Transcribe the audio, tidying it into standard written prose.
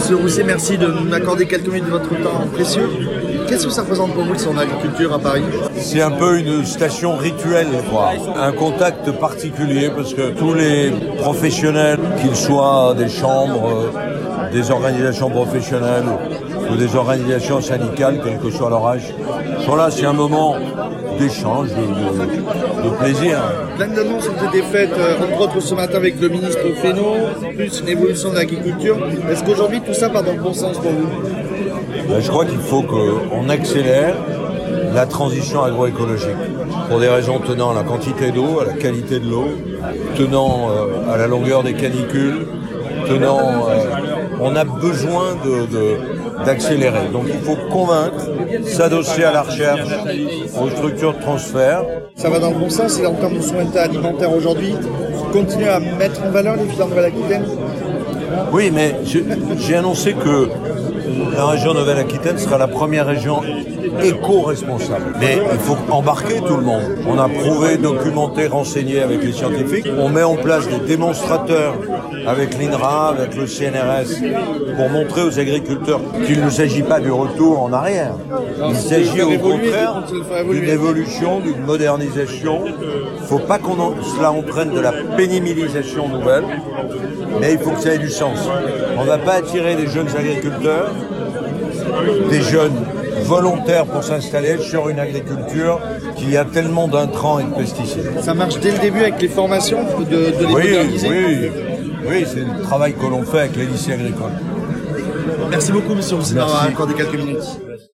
Monsieur Roussier, merci de m'accorder quelques minutes de votre temps précieux. Qu'est-ce que ça représente pour vous le salon de l'agriculture à Paris? C'est un peu une station rituelle, quoi. Un contact particulier parce que tous les professionnels, qu'ils soient des chambres, des organisations professionnelles ou des organisations syndicales, quel que soit leur âge, sont là. C'est un moment d'échange, de plaisir. Plein d'annonces ont été faites, entre autres ce matin avec le ministre Fesneau, plus une évolution de l'agriculture. Est-ce qu'aujourd'hui tout ça part dans le bon sens pour vous? Je crois qu'il faut qu'on accélère la transition agroécologique pour des raisons tenant à la quantité d'eau, à la qualité de l'eau, tenant à la longueur des canicules, tenant... on a besoin d'accélérer. Donc il faut convaincre, s'adosser à la recherche, aux structures de transfert. Ça va dans le bon sens, et en termes de souveraineté alimentaire aujourd'hui, continuer à mettre en valeur les filières de Nouvelle-Aquitaine? Oui, mais j'ai annoncé que la région Nouvelle-Aquitaine sera la première région éco-responsable. Mais il faut embarquer tout le monde. On a prouvé, documenté, renseigné avec les scientifiques. On met en place des démonstrateurs avec l'INRA, avec le CNRS, pour montrer aux agriculteurs qu'il ne s'agit pas du retour en arrière. Il s'agit au contraire d'une évolution, d'une modernisation. Il ne faut pas que cela entraîne de la pénibilisation nouvelle, mais il faut que ça ait du sens. On ne va pas attirer des jeunes agriculteurs, des jeunes volontaires pour s'installer sur une agriculture qui a tellement d'intrants et de pesticides. Ça marche dès le début avec les formations de les moderniser? Oui, c'est le travail que l'on fait avec les lycées agricoles. Merci beaucoup, monsieur Roussier, d'avoir accordé quelques minutes.